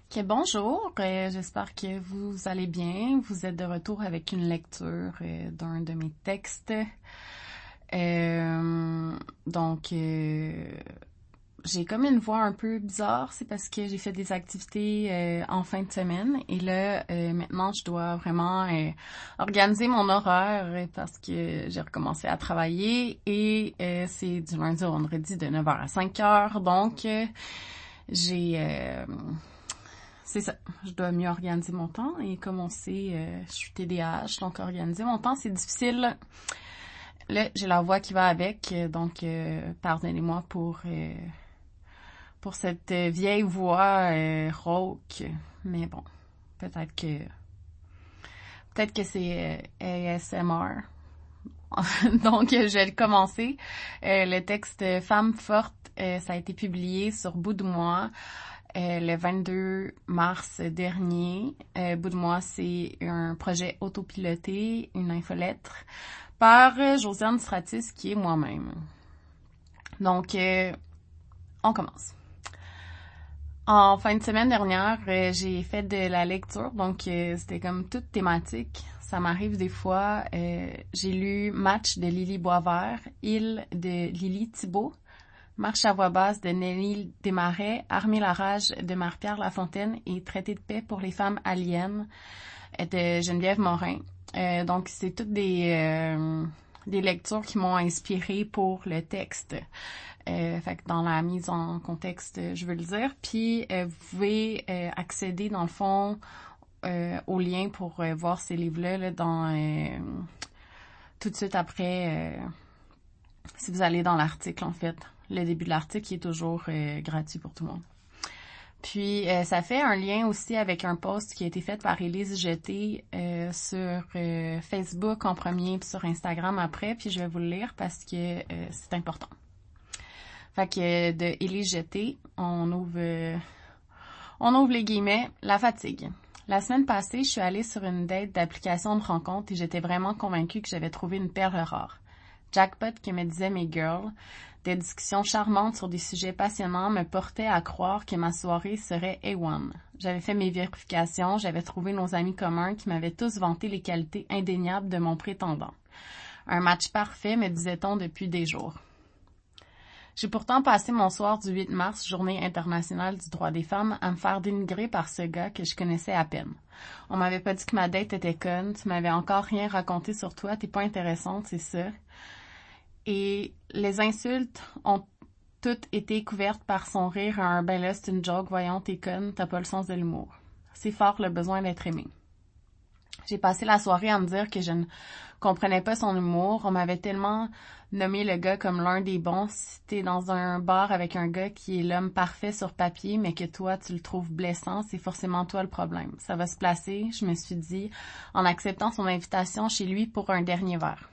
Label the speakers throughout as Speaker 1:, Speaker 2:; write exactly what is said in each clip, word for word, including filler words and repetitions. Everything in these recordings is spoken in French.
Speaker 1: Okay, bonjour, euh, j'espère que vous allez bien. Vous êtes de retour avec une lecture euh, d'un de mes textes. Euh, donc, euh, j'ai comme une voix un peu bizarre, c'est parce que j'ai fait des activités euh, en fin de semaine et là, euh, maintenant, je dois vraiment euh, organiser mon horaire parce que j'ai recommencé à travailler et euh, c'est du lundi au vendredi de neuf heures à cinq heures, donc euh, j'ai... Euh, C'est ça. Je dois mieux organiser mon temps. Et comme on sait, euh, je suis T D A H, donc organiser mon temps, c'est difficile. Là, j'ai la voix qui va avec, donc euh, pardonnez-moi pour euh, pour cette vieille voix euh, rauque. Mais bon, peut-être que peut-être que c'est euh, A S M R. Donc, je vais le commencer. Euh, le texte Femme forte, euh, ça a été publié sur Bout de moi. Euh, le vingt-deux mars dernier. Euh, Bout de moi, c'est un projet autopiloté, une infolettre, par euh, Josiane Stratis, qui est moi-même. Donc, euh, on commence. En fin de semaine dernière, euh, j'ai fait de la lecture, donc euh, c'était comme toute thématique. Ça m'arrive des fois. Euh, j'ai lu Match de Lily Boisvert, Île de Lily Thibault, Marche à voix basse de Nelly Desmarais, Armer la rage de Marie-Pierre Lafontaine et Traité de paix pour les femmes aliens de Geneviève Morin. Euh, donc, c'est toutes des, euh, des lectures qui m'ont inspirée pour le texte. Euh, fait que dans la mise en contexte, je veux le dire. Puis, euh, vous pouvez euh, accéder, dans le fond, euh, au lien pour euh, voir ces livres-là là, dans euh, tout de suite après... Euh, si vous allez dans l'article, en fait, le début de l'article qui est toujours euh, gratuit pour tout le monde. Puis, euh, ça fait un lien aussi avec un post qui a été fait par Élise Jeté euh, sur euh, Facebook en premier, puis sur Instagram après, puis je vais vous le lire parce que euh, c'est important. Fait que de Élise Jeté, on ouvre, euh, on ouvre les guillemets, la fatigue. La semaine passée, je suis allée sur une date d'application de rencontre et j'étais vraiment convaincue que j'avais trouvé une perle rare. Jackpot qui me disait mes girls, des discussions charmantes sur des sujets passionnants me portaient à croire que ma soirée serait A un. J'avais fait mes vérifications, j'avais trouvé nos amis communs qui m'avaient tous vanté les qualités indéniables de mon prétendant. Un match parfait, me disait-on depuis des jours. J'ai pourtant passé mon soir du huit mars, journée internationale du droit des femmes, à me faire dénigrer par ce gars que je connaissais à peine. On m'avait pas dit que ma date était conne, tu m'avais encore rien raconté sur toi, t'es pas intéressante, c'est ça. Et les insultes ont toutes été couvertes par son rire à un « ben là, c'est une joke, voyons, t'es conne, t'as pas le sens de l'humour ». C'est fort le besoin d'être aimé. J'ai passé la soirée à me dire que je ne comprenais pas son humour. On m'avait tellement nommé le gars comme l'un des bons. Si t'es dans un bar avec un gars qui est l'homme parfait sur papier, mais que toi, tu le trouves blessant, c'est forcément toi le problème. Ça va se placer, je me suis dit, en acceptant son invitation chez lui pour un dernier verre.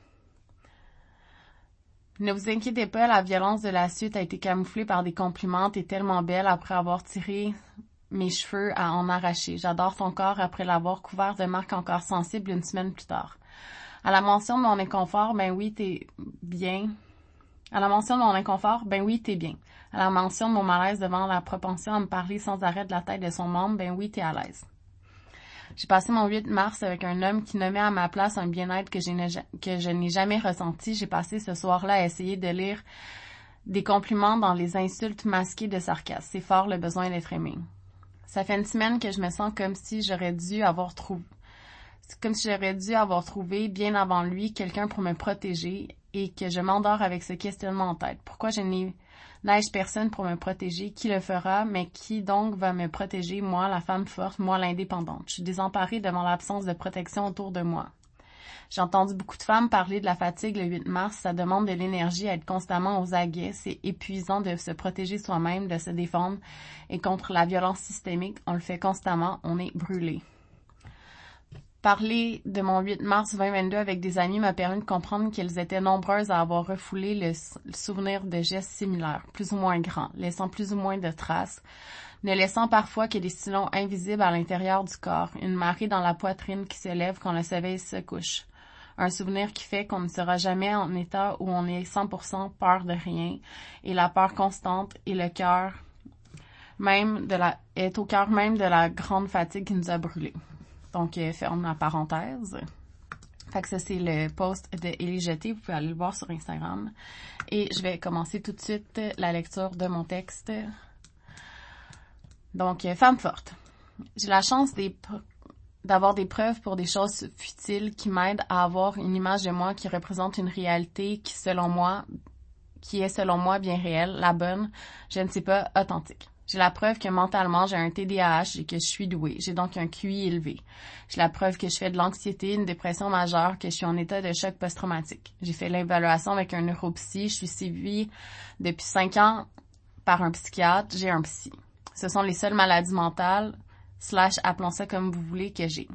Speaker 1: Ne vous inquiétez pas, la violence de la suite a été camouflée par des compliments. T'es tellement belle après avoir tiré mes cheveux à en arracher. J'adore ton corps après l'avoir couvert de marques encore sensibles une semaine plus tard. À la mention de mon inconfort, ben oui, t'es bien. À la mention de mon inconfort, ben oui, t'es bien. À la mention de mon malaise devant la propension à me parler sans arrêt de la tête de son membre, ben oui, t'es à l'aise. J'ai passé mon huit mars avec un homme qui nommait à ma place un bien-être que, que je n'ai jamais ressenti. J'ai passé ce soir-là à essayer de lire des compliments dans les insultes masquées de sarcasme. C'est fort le besoin d'être aimé. Ça fait une semaine que je me sens comme si j'aurais dû avoir trouvé, comme si j'aurais dû avoir trouvé bien avant lui quelqu'un pour me protéger et que je m'endors avec ce questionnement en tête. Pourquoi je n'ai n'ai-je personne pour me protéger? Qui le fera? Mais qui donc va me protéger? Moi, la femme forte, moi, l'indépendante. Je suis désemparée devant l'absence de protection autour de moi. J'ai entendu beaucoup de femmes parler de la fatigue le huit mars. Ça demande de l'énergie à être constamment aux aguets. C'est épuisant de se protéger soi-même, de se défendre. Et contre la violence systémique, on le fait constamment. On est brûlé. Parler de mon huit mars vingt vingt-deux avec des amis m'a permis de comprendre qu'elles étaient nombreuses à avoir refoulé le souvenir de gestes similaires, plus ou moins grands, laissant plus ou moins de traces, ne laissant parfois que des sillons invisibles à l'intérieur du corps, une marée dans la poitrine qui se lève quand le sommeil se couche. Un souvenir qui fait qu'on ne sera jamais en état où on est cent pour cent peur de rien, et la peur constante et le cœur même de la, est au cœur même de la grande fatigue qui nous a brûlés. Donc, euh, ferme la parenthèse. Fait que ça, c'est le post de Élie Jeté. Vous pouvez aller le voir sur Instagram. Et je vais commencer tout de suite la lecture de mon texte. Donc, euh, femme forte. J'ai la chance des, d'avoir des preuves pour des choses futiles qui m'aident à avoir une image de moi qui représente une réalité qui, selon moi, qui est selon moi bien réelle, la bonne, je ne sais pas, authentique. J'ai la preuve que mentalement, j'ai un T D A H et que je suis douée. J'ai donc un Q I élevé. J'ai la preuve que je fais de l'anxiété, une dépression majeure, que je suis en état de choc post-traumatique. J'ai fait l'évaluation avec un neuropsy. Je suis suivie depuis cinq ans par un psychiatre. J'ai un psy. Ce sont les seules maladies mentales, slash, appelons ça comme vous voulez, que j'ai.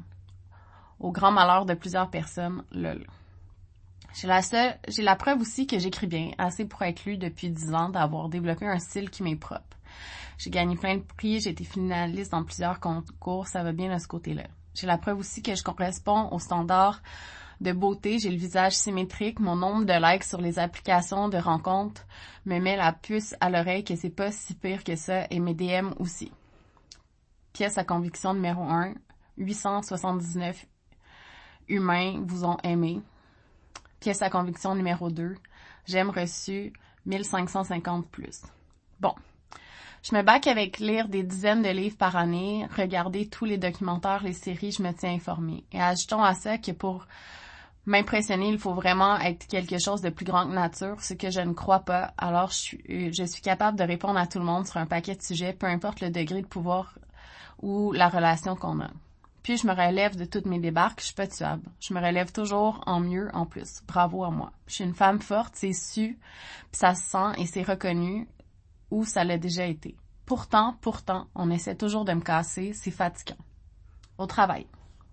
Speaker 1: Au grand malheur de plusieurs personnes, lol. J'ai la seule, j'ai la preuve aussi que j'écris bien, assez pour être lue depuis dix ans, d'avoir développé un style qui m'est propre. J'ai gagné plein de prix, j'ai été finaliste dans plusieurs concours, ça va bien de ce côté-là. J'ai la preuve aussi que je corresponds aux standards de beauté, j'ai le visage symétrique, mon nombre de likes sur les applications de rencontres me met la puce à l'oreille que c'est pas si pire que ça, et mes D M aussi. Pièce à conviction numéro un, huit cent soixante-dix-neuf humains vous ont aimé. Pièce à conviction numéro deux, j'aime reçu mille cinq cent cinquante plus. Bon. Je me back avec lire des dizaines de livres par année, regarder tous les documentaires, les séries, je me tiens informée. Et ajoutons à ça que pour m'impressionner, il faut vraiment être quelque chose de plus grand que nature, ce que je ne crois pas. Alors, je suis, je suis capable de répondre à tout le monde sur un paquet de sujets, peu importe le degré de pouvoir ou la relation qu'on a. Puis, je me relève de toutes mes débarques, je suis pas tuable. Je me relève toujours en mieux, en plus. Bravo à moi. Je suis une femme forte, c'est su, puis ça se sent et c'est reconnu, où ça l'a déjà été. Pourtant, pourtant, on essaie toujours de me casser, c'est fatigant. Au travail.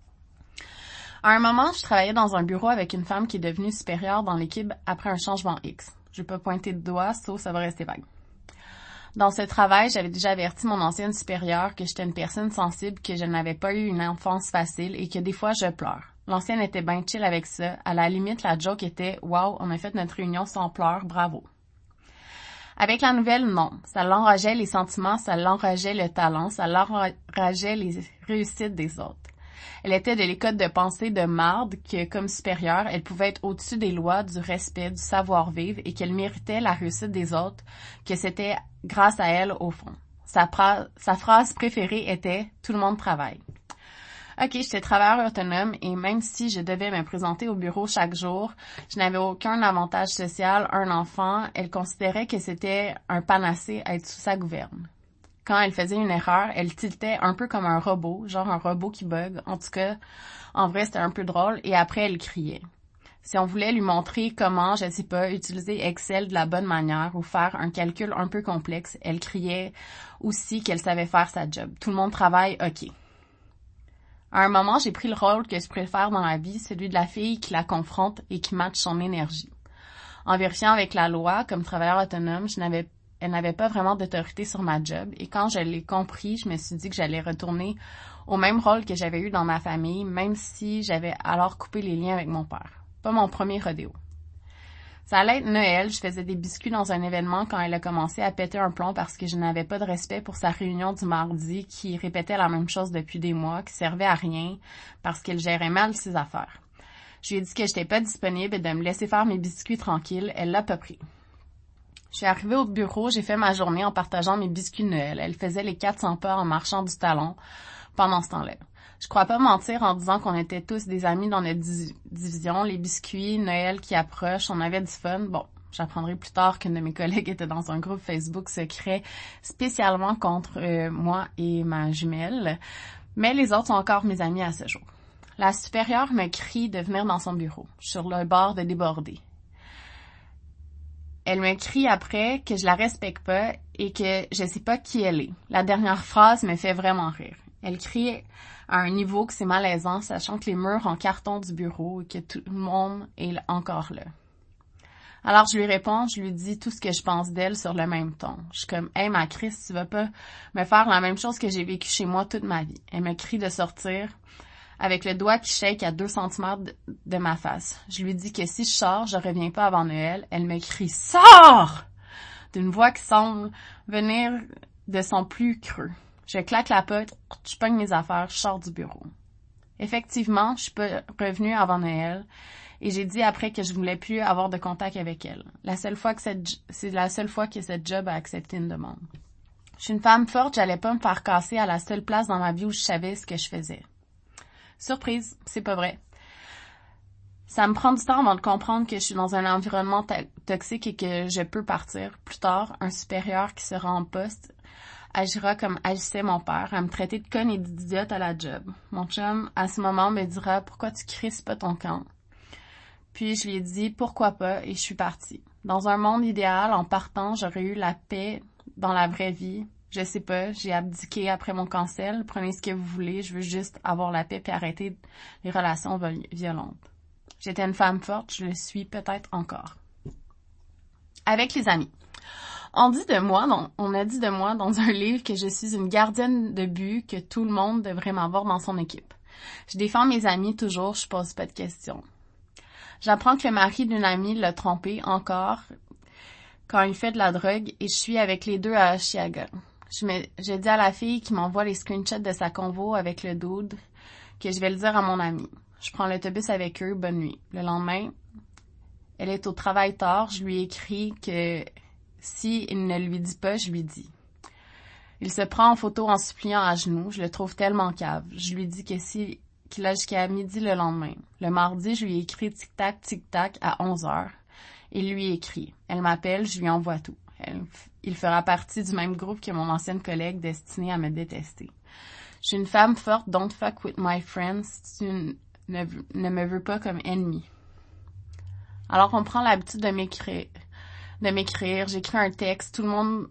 Speaker 1: À un moment, je travaillais dans un bureau avec une femme qui est devenue supérieure dans l'équipe après un changement X. Je vais pas pointer de doigt, sauf ça va rester vague. Dans ce travail, j'avais déjà averti mon ancienne supérieure que j'étais une personne sensible, que je n'avais pas eu une enfance facile et que des fois, je pleure. L'ancienne était bien chill avec ça. À la limite, la joke était « Wow, on a fait notre réunion sans pleurs, bravo ». Avec la nouvelle, non. Ça l'enrageait les sentiments, ça l'enrageait le talent, ça l'enrageait les réussites des autres. Elle était de l'école de pensée de marde que, comme supérieure, elle pouvait être au-dessus des lois, du respect, du savoir-vivre et qu'elle méritait la réussite des autres, que c'était grâce à elle au fond. Sa, pra- sa phrase préférée était « Tout le monde travaille ». Ok, j'étais travailleur autonome et même si je devais me présenter au bureau chaque jour, je n'avais aucun avantage social, un enfant, elle considérait que c'était un panacée être sous sa gouverne. Quand elle faisait une erreur, elle tiltait un peu comme un robot, genre un robot qui bug. En tout cas, en vrai, c'était un peu drôle et après, elle criait. Si on voulait lui montrer comment, je sais pas, utiliser Excel de la bonne manière ou faire un calcul un peu complexe, elle criait aussi qu'elle savait faire sa job. Tout le monde travaille, ok. À un moment, j'ai pris le rôle que je préfère dans la vie, celui de la fille qui la confronte et qui matche son énergie. En vérifiant avec la loi, comme travailleur autonome, je n'avais, elle n'avait pas vraiment d'autorité sur ma job. Et quand je l'ai compris, je me suis dit que j'allais retourner au même rôle que j'avais eu dans ma famille, même si j'avais alors coupé les liens avec mon père. Pas mon premier rodéo. Ça allait être Noël, je faisais des biscuits dans un événement quand elle a commencé à péter un plomb parce que je n'avais pas de respect pour sa réunion du mardi qui répétait la même chose depuis des mois, qui servait à rien parce qu'elle gérait mal ses affaires. Je lui ai dit que j'étais pas disponible et de me laisser faire mes biscuits tranquilles, elle l'a pas pris. Je suis arrivée au bureau, j'ai fait ma journée en partageant mes biscuits de Noël. Elle faisait les quatre cents pas en marchant du talon pendant ce temps-là. Je crois pas mentir en disant qu'on était tous des amis dans notre di- division, les biscuits, Noël qui approche, on avait du fun. Bon, j'apprendrai plus tard qu'une de mes collègues était dans un groupe Facebook secret spécialement contre euh, moi et ma jumelle, mais les autres sont encore mes amis à ce jour. La supérieure me crie de venir dans son bureau, sur le bord de déborder. Elle me crie après que je la respecte pas et que je sais pas qui elle est. La dernière phrase me fait vraiment rire. Elle crie à un niveau que c'est malaisant, sachant que les murs en carton du bureau et que tout le monde est encore là. Alors je lui réponds, je lui dis tout ce que je pense d'elle sur le même ton. Je suis comme « Hey ma Chris, tu vas pas me faire la même chose que j'ai vécu chez moi toute ma vie. » Elle me crie de sortir avec le doigt qui shake à deux centimètres de, de ma face. Je lui dis que si je sors, je reviens pas avant Noël. Elle me crie « Sors !» d'une voix qui semble venir de son plus creux. Je claque la porte, je pogne mes affaires, je sors du bureau. Effectivement, je suis pas revenue avant Noël et j'ai dit après que je voulais plus avoir de contact avec elle. La seule fois que cette, c'est la seule fois que cette job a accepté une demande. Je suis une femme forte, j'allais pas me faire casser à la seule place dans ma vie où je savais ce que je faisais. Surprise, c'est pas vrai. Ça me prend du temps avant de comprendre que je suis dans un environnement to- toxique et que je peux partir. Plus tard, un supérieur qui sera en poste agira comme agissait mon père, à me traiter de conne et d'idiote à la job. Mon chum, à ce moment, me dira « Pourquoi tu crisses pas ton camp? » Puis je lui ai dit « Pourquoi pas? » et je suis partie. Dans un monde idéal, en partant, j'aurais eu la paix dans la vraie vie. Je sais pas, j'ai abdiqué après mon cancel. Prenez ce que vous voulez, je veux juste avoir la paix puis arrêter les relations violentes. J'étais une femme forte, je le suis peut-être encore. Avec les amis. On dit de moi, on a dit de moi dans un livre que je suis une gardienne de but, que tout le monde devrait m'avoir dans son équipe. Je défends mes amis toujours, je pose pas de questions. J'apprends que le mari d'une amie l'a trompé encore quand il fait de la drogue et je suis avec les deux à Oshiaga. Je, me, je dis à la fille qui m'envoie les screenshots de sa convo avec le dude que je vais le dire à mon ami. Je prends l'autobus avec eux, bonne nuit. Le lendemain, elle est au travail tard, je lui écris que si il ne lui dit pas, je lui dis. Il se prend en photo en suppliant à genoux, je le trouve tellement cave. Je lui dis que si qu'il a jusqu'à midi le lendemain. Le mardi, je lui écris tic-tac, tic-tac à onze heures. Il lui écrit. Elle m'appelle, je lui envoie tout. Elle, il fera partie du même groupe que mon ancienne collègue destinée à me détester. Je suis une femme forte, don't fuck with my friends. Tu ne, ne me veux pas comme ennemie. Alors on prend l'habitude de m'écrire. de m'écrire, j'écris un texte, tout le monde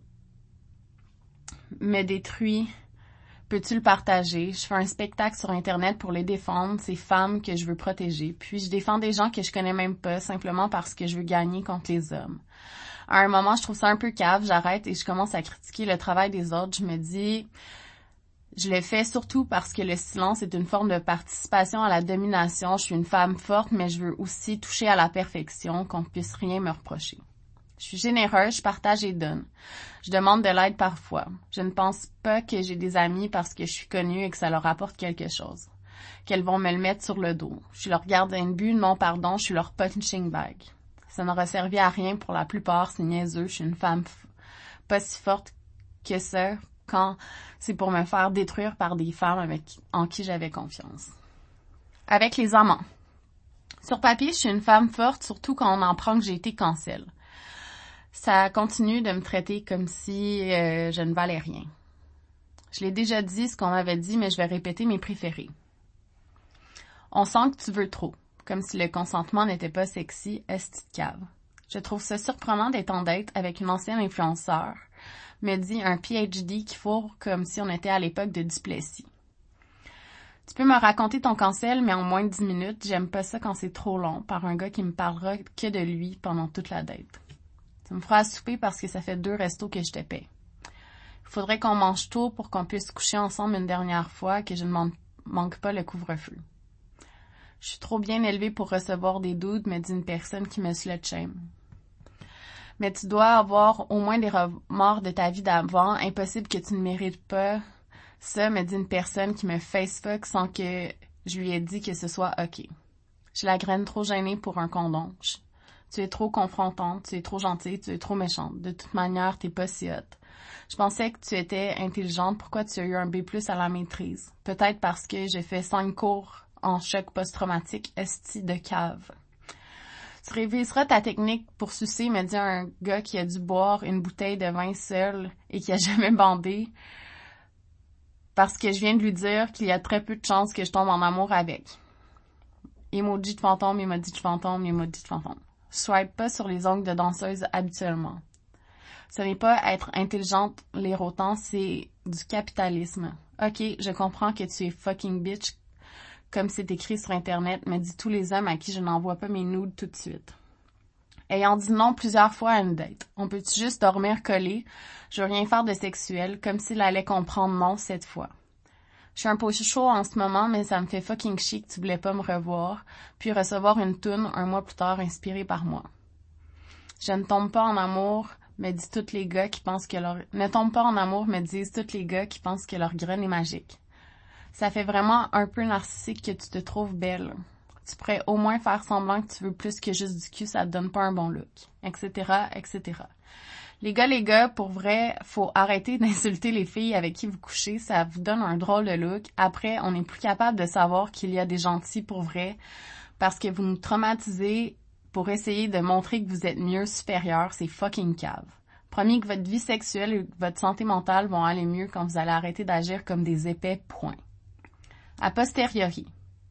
Speaker 1: me détruit. Peux-tu le partager? Je fais un spectacle sur Internet pour les défendre, ces femmes que je veux protéger. Puis je défends des gens que je connais même pas, simplement parce que je veux gagner contre les hommes. À un moment, je trouve ça un peu cave, j'arrête et je commence à critiquer le travail des autres. Je me dis, je le fais surtout parce que le silence est une forme de participation à la domination. Je suis une femme forte, mais je veux aussi toucher à la perfection, qu'on ne puisse rien me reprocher. Je suis généreuse, je partage et donne. Je demande de l'aide parfois. Je ne pense pas que j'ai des amis parce que je suis connue et que ça leur apporte quelque chose. Qu'elles vont me le mettre sur le dos. Je suis leur gardien de but, non pardon, je suis leur punching bag. Ça n'aura servi à rien pour la plupart, c'est niaiseux. Je suis une femme f- pas si forte que ça quand c'est pour me faire détruire par des femmes avec en qui j'avais confiance. Avec les amants. Sur papier, je suis une femme forte, surtout quand on en prend que j'ai été cancel. Ça continue de me traiter comme si euh, je ne valais rien. Je l'ai déjà dit ce qu'on m'avait dit, mais je vais répéter mes préférés. On sent que tu veux trop, comme si le consentement n'était pas sexy, esti de cave. Je trouve ça surprenant d'être en date avec une ancienne influenceur, me dit un P H D qui fourre comme si on était à l'époque de Duplessis. Tu peux me raconter ton cancel, mais en moins de dix minutes, j'aime pas ça quand c'est trop long, par un gars qui me parlera que de lui pendant toute la date. Ça me fera à souper parce que ça fait deux restos que je te paie. Il faudrait qu'on mange tôt pour qu'on puisse coucher ensemble une dernière fois, que je ne man- manque pas le couvre-feu. Je suis trop bien élevée pour recevoir des dudes, me dit une personne qui me slut-shame. Mais tu dois avoir au moins des remords de ta vie d'avant. Impossible que tu ne mérites pas ça, me dit une personne qui me facefuck sans que je lui ai dit que ce soit OK. J'ai la graine trop gênée pour un condom. Je- Tu es trop confrontante, tu es trop gentille, tu es trop méchante. De toute manière, t'es pas si hot. Je pensais que tu étais intelligente. Pourquoi tu as eu un B plus à la maîtrise? Peut-être parce que j'ai fait cinq cours en choc post-traumatique, esti de cave. Tu réviseras ta technique pour sucer, me dit un gars qui a dû boire une bouteille de vin seul et qui a jamais bandé. Parce que je viens de lui dire qu'il y a très peu de chances que je tombe en amour avec. Emoji de fantôme, emoji de fantôme, emoji de fantôme. Swipe pas sur les ongles de danseuse habituellement. Ce n'est pas être intelligente lire autant, c'est du capitalisme. Ok, je comprends que tu es fucking bitch, comme c'est écrit sur Internet, mais dis tous les hommes à qui je n'envoie pas mes nudes tout de suite. Ayant dit non plusieurs fois à une date, on peut-tu juste dormir collé? Je veux rien faire de sexuel, comme s'il allait comprendre non cette fois. Je suis un peu chaud en ce moment, mais ça me fait fucking chier que tu voulais pas me revoir, puis recevoir une toune un mois plus tard inspirée par moi. Je ne tombe pas en amour, me disent tous les gars qui pensent que leur... Ne tombe pas en amour, me disent tous les gars qui pensent que leur graine est magique. Ça fait vraiment un peu narcissique que tu te trouves belle. Tu pourrais au moins faire semblant que tu veux plus que juste du cul, ça te donne pas un bon look, et cetera, et cetera. Les gars, les gars, pour vrai, faut arrêter d'insulter les filles avec qui vous couchez, ça vous donne un drôle de look. Après, on n'est plus capable de savoir qu'il y a des gentils pour vrai, parce que vous nous traumatisez pour essayer de montrer que vous êtes mieux, supérieur, c'est fucking cave. Promis que votre vie sexuelle et votre santé mentale vont aller mieux quand vous allez arrêter d'agir comme des épais, point. A posteriori.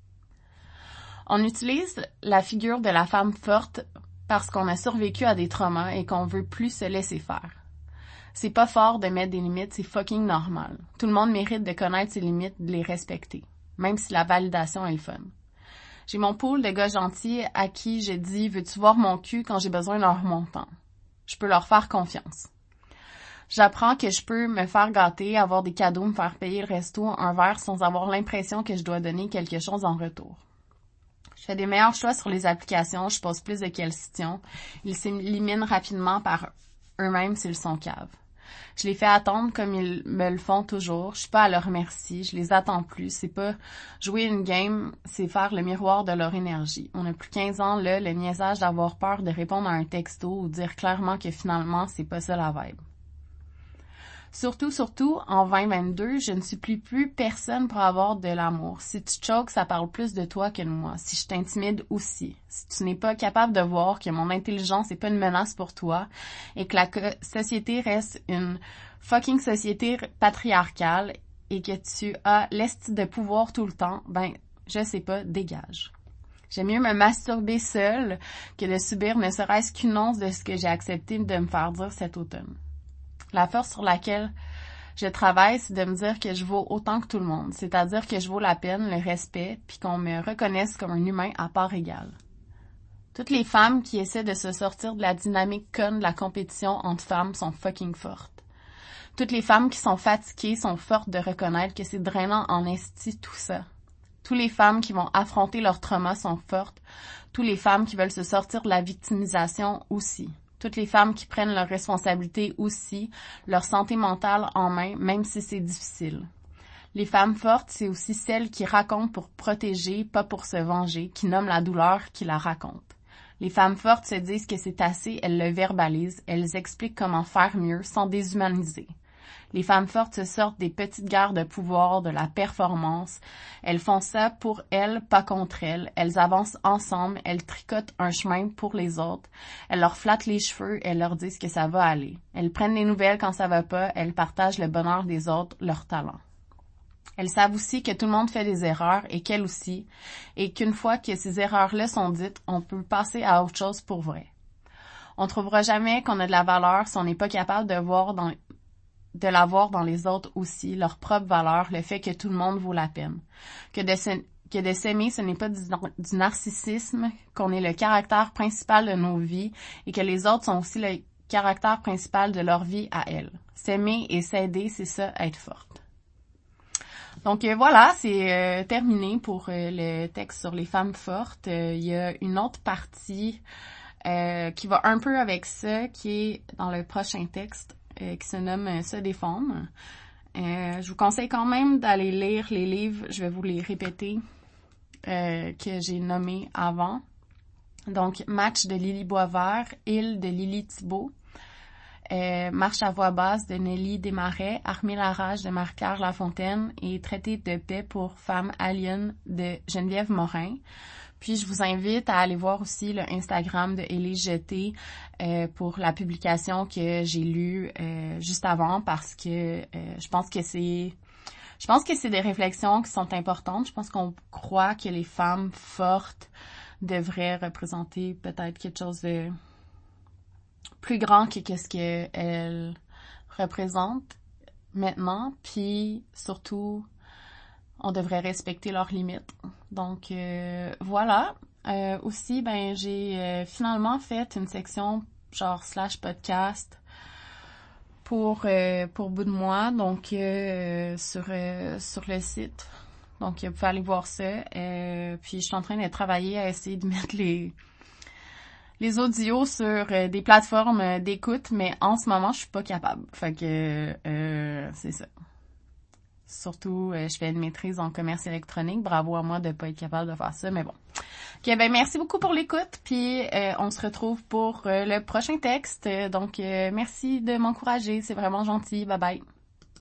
Speaker 1: On utilise la figure de la femme forte parce qu'on a survécu à des traumas et qu'on veut plus se laisser faire. C'est pas fort de mettre des limites, c'est fucking normal. Tout le monde mérite de connaître ses limites, de les respecter, même si la validation est le fun. J'ai mon pool de gars gentils à qui je dis « Veux-tu voir mon cul quand j'ai besoin de leur montant? » Je peux leur faire confiance. J'apprends que je peux me faire gâter, avoir des cadeaux, me faire payer le resto, un verre sans avoir l'impression que je dois donner quelque chose en retour. Je fais des meilleurs choix sur les applications, je pose plus de questions. Ils s'éliminent rapidement par eux-mêmes s'ils sont caves. Je les fais attendre comme ils me le font toujours. Je suis pas à leur merci, je les attends plus. C'est pas jouer une game, c'est faire le miroir de leur énergie. On a plus quinze ans, là, le niaisage d'avoir peur de répondre à un texto ou dire clairement que finalement, c'est pas ça la vibe. Surtout, surtout, en vingt vingt-deux, je ne supplie plus personne pour avoir de l'amour. Si tu choques, ça parle plus de toi que de moi. Si je t'intimide aussi. Si tu n'es pas capable de voir que mon intelligence n'est pas une menace pour toi et que la société reste une fucking société patriarcale et que tu as l'esti de pouvoir tout le temps, ben, je sais pas, dégage. J'aime mieux me masturber seule que de subir ne serait-ce qu'une once de ce que j'ai accepté de me faire dire cet automne. La force sur laquelle je travaille, c'est de me dire que je vaux autant que tout le monde, c'est-à-dire que je vaux la peine, le respect, puis qu'on me reconnaisse comme un humain à part égale. Toutes les femmes qui essaient de se sortir de la dynamique conne de la compétition entre femmes sont fucking fortes. Toutes les femmes qui sont fatiguées sont fortes de reconnaître que c'est drainant en esti tout ça. Toutes les femmes qui vont affronter leur trauma sont fortes. Toutes les femmes qui veulent se sortir de la victimisation aussi. Toutes les femmes qui prennent leurs responsabilités aussi, leur santé mentale en main, même si c'est difficile. Les femmes fortes, c'est aussi celles qui racontent pour protéger, pas pour se venger, qui nomment la douleur, qui la racontent. Les femmes fortes se disent que c'est assez, elles le verbalisent, elles expliquent comment faire mieux sans déshumaniser. Les femmes fortes se sortent des petites guerres de pouvoir, de la performance. Elles font ça pour elles, pas contre elles. Elles avancent ensemble, elles tricotent un chemin pour les autres. Elles leur flattent les cheveux, elles leur disent que ça va aller. Elles prennent les nouvelles quand ça va pas, elles partagent le bonheur des autres, leur talent. Elles savent aussi que tout le monde fait des erreurs et qu'elles aussi, et qu'une fois que ces erreurs-là sont dites, on peut passer à autre chose pour vrai. On trouvera jamais qu'on a de la valeur si on n'est pas capable de voir dans de la voir dans les autres aussi, leur propre valeur, le fait que tout le monde vaut la peine. Que de, se, que de s'aimer, ce n'est pas du, du narcissisme, qu'on est le caractère principal de nos vies et que les autres sont aussi le caractère principal de leur vie à elles. S'aimer et s'aider, c'est ça, être forte. Donc euh, voilà, c'est euh, terminé pour euh, le texte sur les femmes fortes. Euh, il y a une autre partie euh, qui va un peu avec ça, qui est dans le prochain texte. Euh, qui se nomme euh, « Se défendre ». Euh, je vous conseille quand même d'aller lire les livres, je vais vous les répéter, euh, que j'ai nommés avant. Donc, « Match » de Lily Boisvert, « Île » de Lily Thibault, euh, « Marche à voix basse » de Nelly Desmarais, « Armer la rage » de Marie-Claire Lafontaine et « Traité de paix pour femmes aliens » de Geneviève Morin. Puis, je vous invite à aller voir aussi le Instagram de Élise Jeté euh, pour la publication que j'ai lue euh, juste avant parce que euh, je pense que c'est je pense que c'est des réflexions qui sont importantes. Je pense qu'on croit que les femmes fortes devraient représenter peut-être quelque chose de plus grand que qu'est-ce qu'elles représentent maintenant. Puis, surtout, on devrait respecter leurs limites. Donc, euh, voilà. Euh, aussi, ben, j'ai euh, finalement fait une section genre slash podcast pour euh, pour bout de moi, donc euh, sur euh, sur le site. Donc, vous pouvez aller voir ça. Euh, puis, je suis en train de travailler à essayer de mettre les les audios sur euh, des plateformes euh, d'écoute, mais en ce moment, je suis pas capable. Fait que euh, c'est ça. Surtout, euh, je fais une maîtrise en commerce électronique. Bravo à moi de pas être capable de faire ça, mais bon. Ok, ben merci beaucoup pour l'écoute, puis euh, on se retrouve pour euh, le prochain texte. Donc, euh, merci de m'encourager, c'est vraiment gentil. Bye bye.